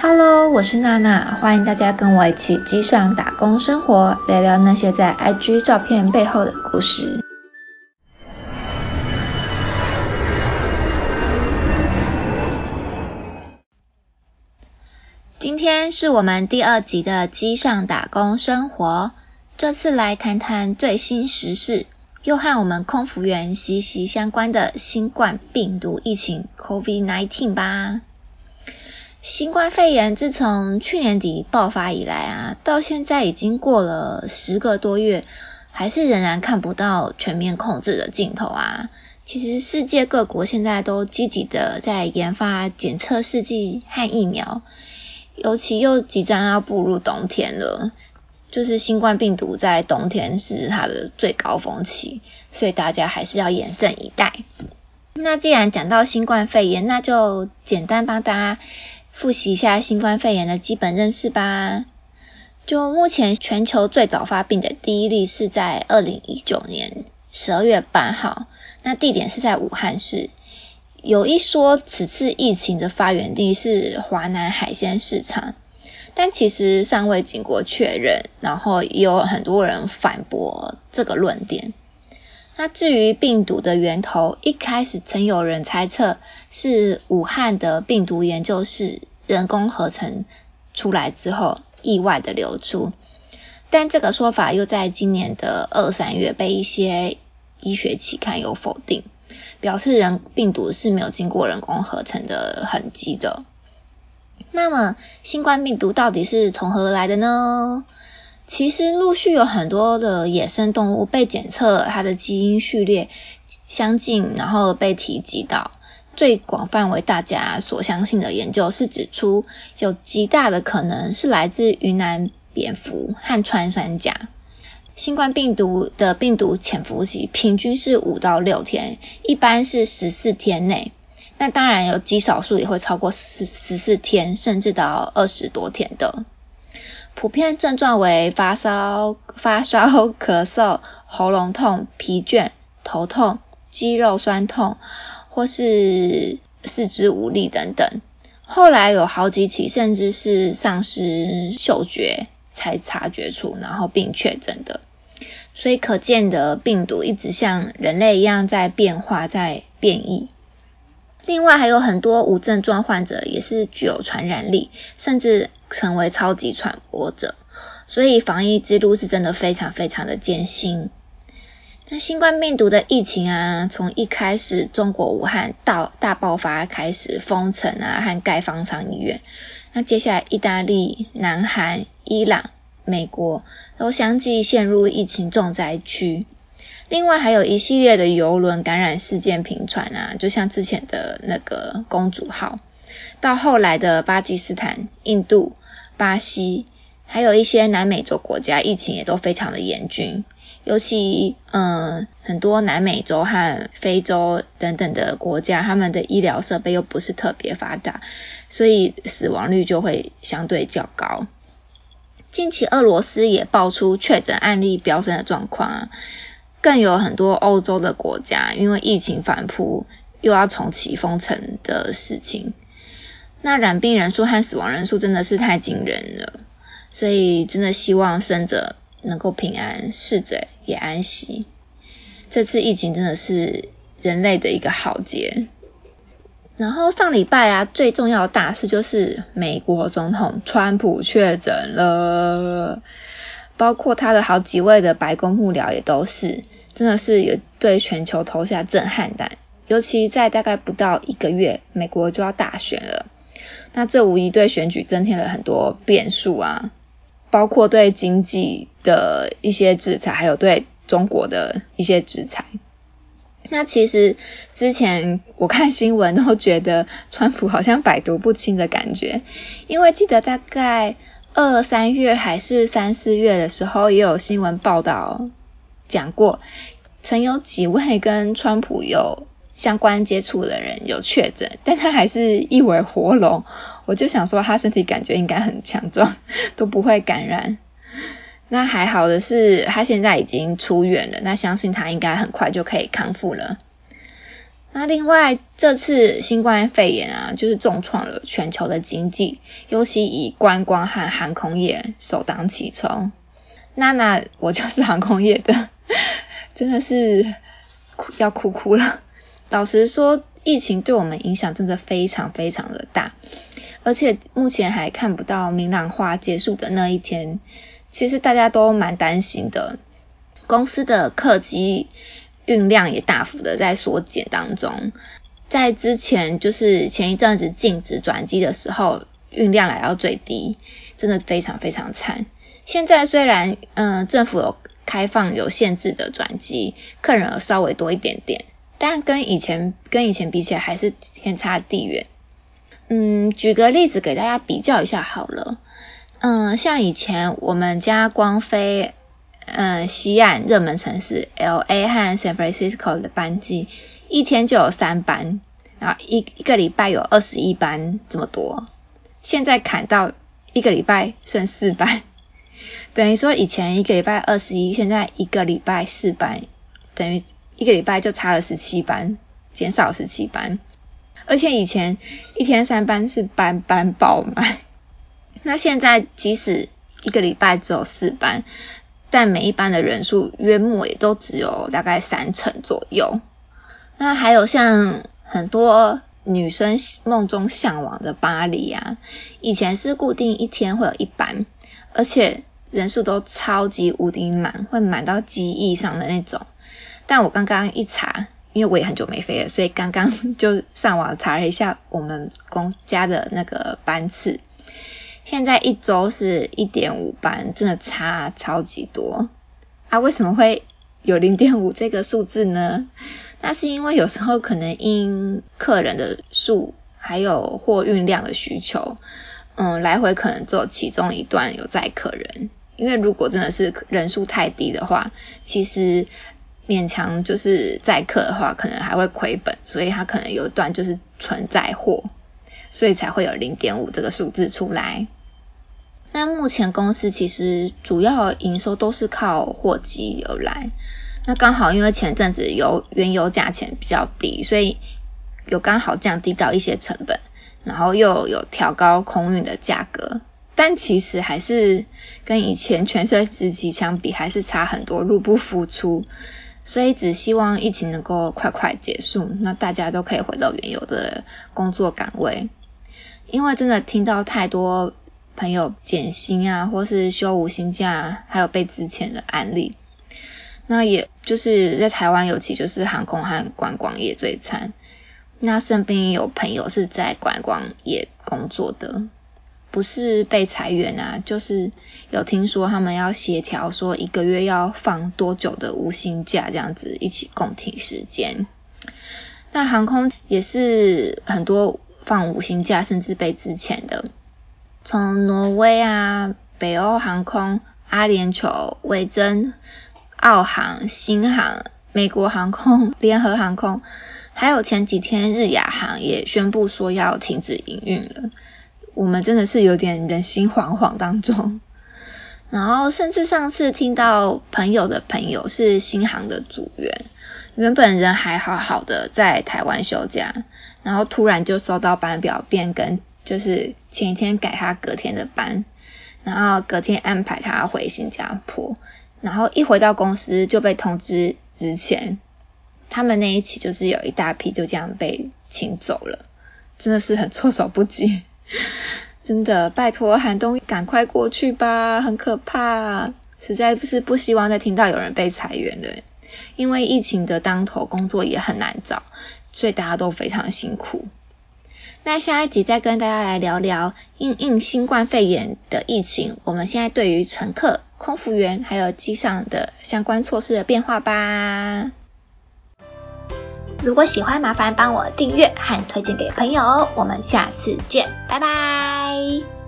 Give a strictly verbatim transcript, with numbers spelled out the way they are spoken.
Hello，我是娜娜，欢迎大家跟我一起机上打工生活，聊聊那些在 I G 照片背后的故事。今天是我们第二集的机上打工生活，这次来谈谈最新时事，又和我们空服员息息相关的新冠病毒疫情 COVID 十九 吧。新冠肺炎自从去年底爆发以来啊，到现在已经过了十个多月，还是仍然看不到全面控制的尽头啊。其实世界各国现在都积极的在研发检测试剂和疫苗，尤其又即将要步入冬天了，就是新冠病毒在冬天是它的最高峰期，所以大家还是要严阵以待。那既然讲到新冠肺炎，那就简单帮大家复习一下新冠肺炎的基本认识吧。就目前全球最早发病的第一例是在二零一九年十二月八号，那地点是在武汉市。有一说此次疫情的发源地是华南海鲜市场，但其实尚未经过确认，然后也有很多人反驳这个论点。那至于病毒的源头，一开始曾有人猜测是武汉的病毒研究室人工合成出来之后意外的流出，但这个说法又在今年的二三月被一些医学期刊有否定，表示人病毒是没有经过人工合成的痕迹的。那么新冠病毒到底是从何来的呢？其实陆续有很多的野生动物被检测它的基因序列相近，然后被提及到。最广泛为大家所相信的研究是指出，有极大的可能是来自云南蝙蝠和穿山甲。新冠病毒的病毒潜伏期平均是五到六天，一般是十四天内。那当然有极少数也会超过十四天，甚至到二十多天的。普遍症状为发烧、发烧、咳嗽、喉咙痛、疲倦、头痛、肌肉酸痛，或是四肢无力等等。后来有好几起甚至是丧失嗅觉才察觉出，然后并确诊的。所以可见的病毒一直像人类一样在变化，在变异。另外还有很多无症状患者也是具有传染力，甚至成为超级传播者，所以防疫之路是真的非常非常的艰辛。那新冠病毒的疫情啊，从一开始中国武汉到大爆发开始封城啊和盖方舱医院，那接下来意大利、南韩、伊朗、美国都相继陷入疫情重灾区。另外还有一系列的邮轮感染事件频传啊，就像之前的那个公主号，到后来的巴基斯坦、印度、巴西，还有一些南美洲国家疫情也都非常的严峻。尤其嗯，很多南美洲和非洲等等的国家，他们的医疗设备又不是特别发达，所以死亡率就会相对较高。近期俄罗斯也爆出确诊案例飙升的状况啊，更有很多欧洲的国家因为疫情反扑又要重启封城的事情。那染病人数和死亡人数真的是太惊人了，所以真的希望生者能够平安，逝者也安息。这次疫情真的是人类的一个浩劫。然后上礼拜啊，最重要的大事就是美国总统川普确诊了，包括他的好几位的白宫幕僚也都是，真的是有对全球投下震撼弹。尤其在大概不到一个月，美国就要大选了，那这无疑对选举增添了很多变数啊，包括对经济的一些制裁，还有对中国的一些制裁。那其实之前我看新闻都觉得川普好像百毒不侵的感觉，因为记得大概二三月还是三四月的时候，也有新闻报道讲过，曾有几位跟川普有相关接触的人有确诊，但他还是一尾活龙。我就想说他身体感觉应该很强壮，都不会感染。那还好的是他现在已经出院了，那相信他应该很快就可以康复了。 那另外这次新冠肺炎啊，就是重创了全球的经济，尤其以观光和航空业首当其冲。娜娜我就是航空业的，真的是哭要哭哭了。老实说，疫情对我们影响真的非常非常的大，而且目前还看不到明朗化结束的那一天，其实大家都蛮担心的。公司的客机运量也大幅的在缩减当中，在之前就是前一阵子禁止转机的时候，运量来到最低，真的非常非常惨。现在虽然嗯政府有开放有限制的转机，客人稍微多一点点，但跟以前跟以前比起来还是天差地远。嗯，举个例子给大家比较一下好了。嗯，像以前我们家光飞嗯西岸热门城市 L A 和 San Francisco 的班机，一天就有三班，然后一一个礼拜有二十一班这么多。现在砍到一个礼拜剩四班，等于说以前一个礼拜二十一，现在一个礼拜四班，等于一个礼拜就差了十七班，减少十七班。而且以前一天三班是班班爆满，那现在即使一个礼拜只有四班，但每一班的人数约莫也都只有大概三成左右。那还有像很多女生梦中向往的巴黎啊，以前是固定一天会有一班，而且人数都超级无敌满，会满到机翼上的那种。但我刚刚一查，因为我也很久没飞了，所以刚刚就上网查了一下我们公家的那个班次，现在一周是 一点五班，真的差超级多啊！为什么会有 零点五 这个数字呢？那是因为有时候可能因客人的数还有货运量的需求，嗯，来回可能只有其中一段有载客人，因为如果真的是人数太低的话，其实勉强就是载客的话可能还会亏本，所以它可能有一段就是纯载货，所以才会有 零点五 这个数字出来。那目前公司其实主要营收都是靠货机而来，那刚好因为前阵子油原油价钱比较低，所以有刚好降低到一些成本，然后又有调高空运的价格，但其实还是跟以前全盛时期相比还是差很多，入不敷出。所以只希望疫情能够快快结束，那大家都可以回到原有的工作岗位。因为真的听到太多朋友减薪啊，或是休无薪假，还有被资遣的案例。那也就是在台湾尤其就是航空和观光业最惨。那身边有朋友是在观光业工作的，不是被裁员啊，就是有听说他们要协调说一个月要放多久的无薪假，这样子一起共体时间。那航空也是很多放无薪假甚至被资遣的，从挪威啊、北欧航空、阿联酋、维珍、澳航、新航、美国航空、联合航空，还有前几天日亚航也宣布说要停止营运了。我们真的是有点人心惶惶当中。然后甚至上次听到朋友的朋友是新航的组员，原本人还好好的在台湾休假，然后突然就收到班表变更，就是前一天改他隔天的班，然后隔天安排他回新加坡，然后一回到公司就被通知资遣。他们那一期就是有一大批就这样被请走了，真的是很措手不及。真的拜托寒冬赶快过去吧，很可怕，实在不是不希望再听到有人被裁员的。因为疫情的当头，工作也很难找，所以大家都非常辛苦。那下一集再跟大家来聊聊因应新冠肺炎的疫情，我们现在对于乘客、空服员还有机上的相关措施的变化吧。如果喜欢，麻烦帮我订阅和推荐给朋友哦。我们下次见，拜拜。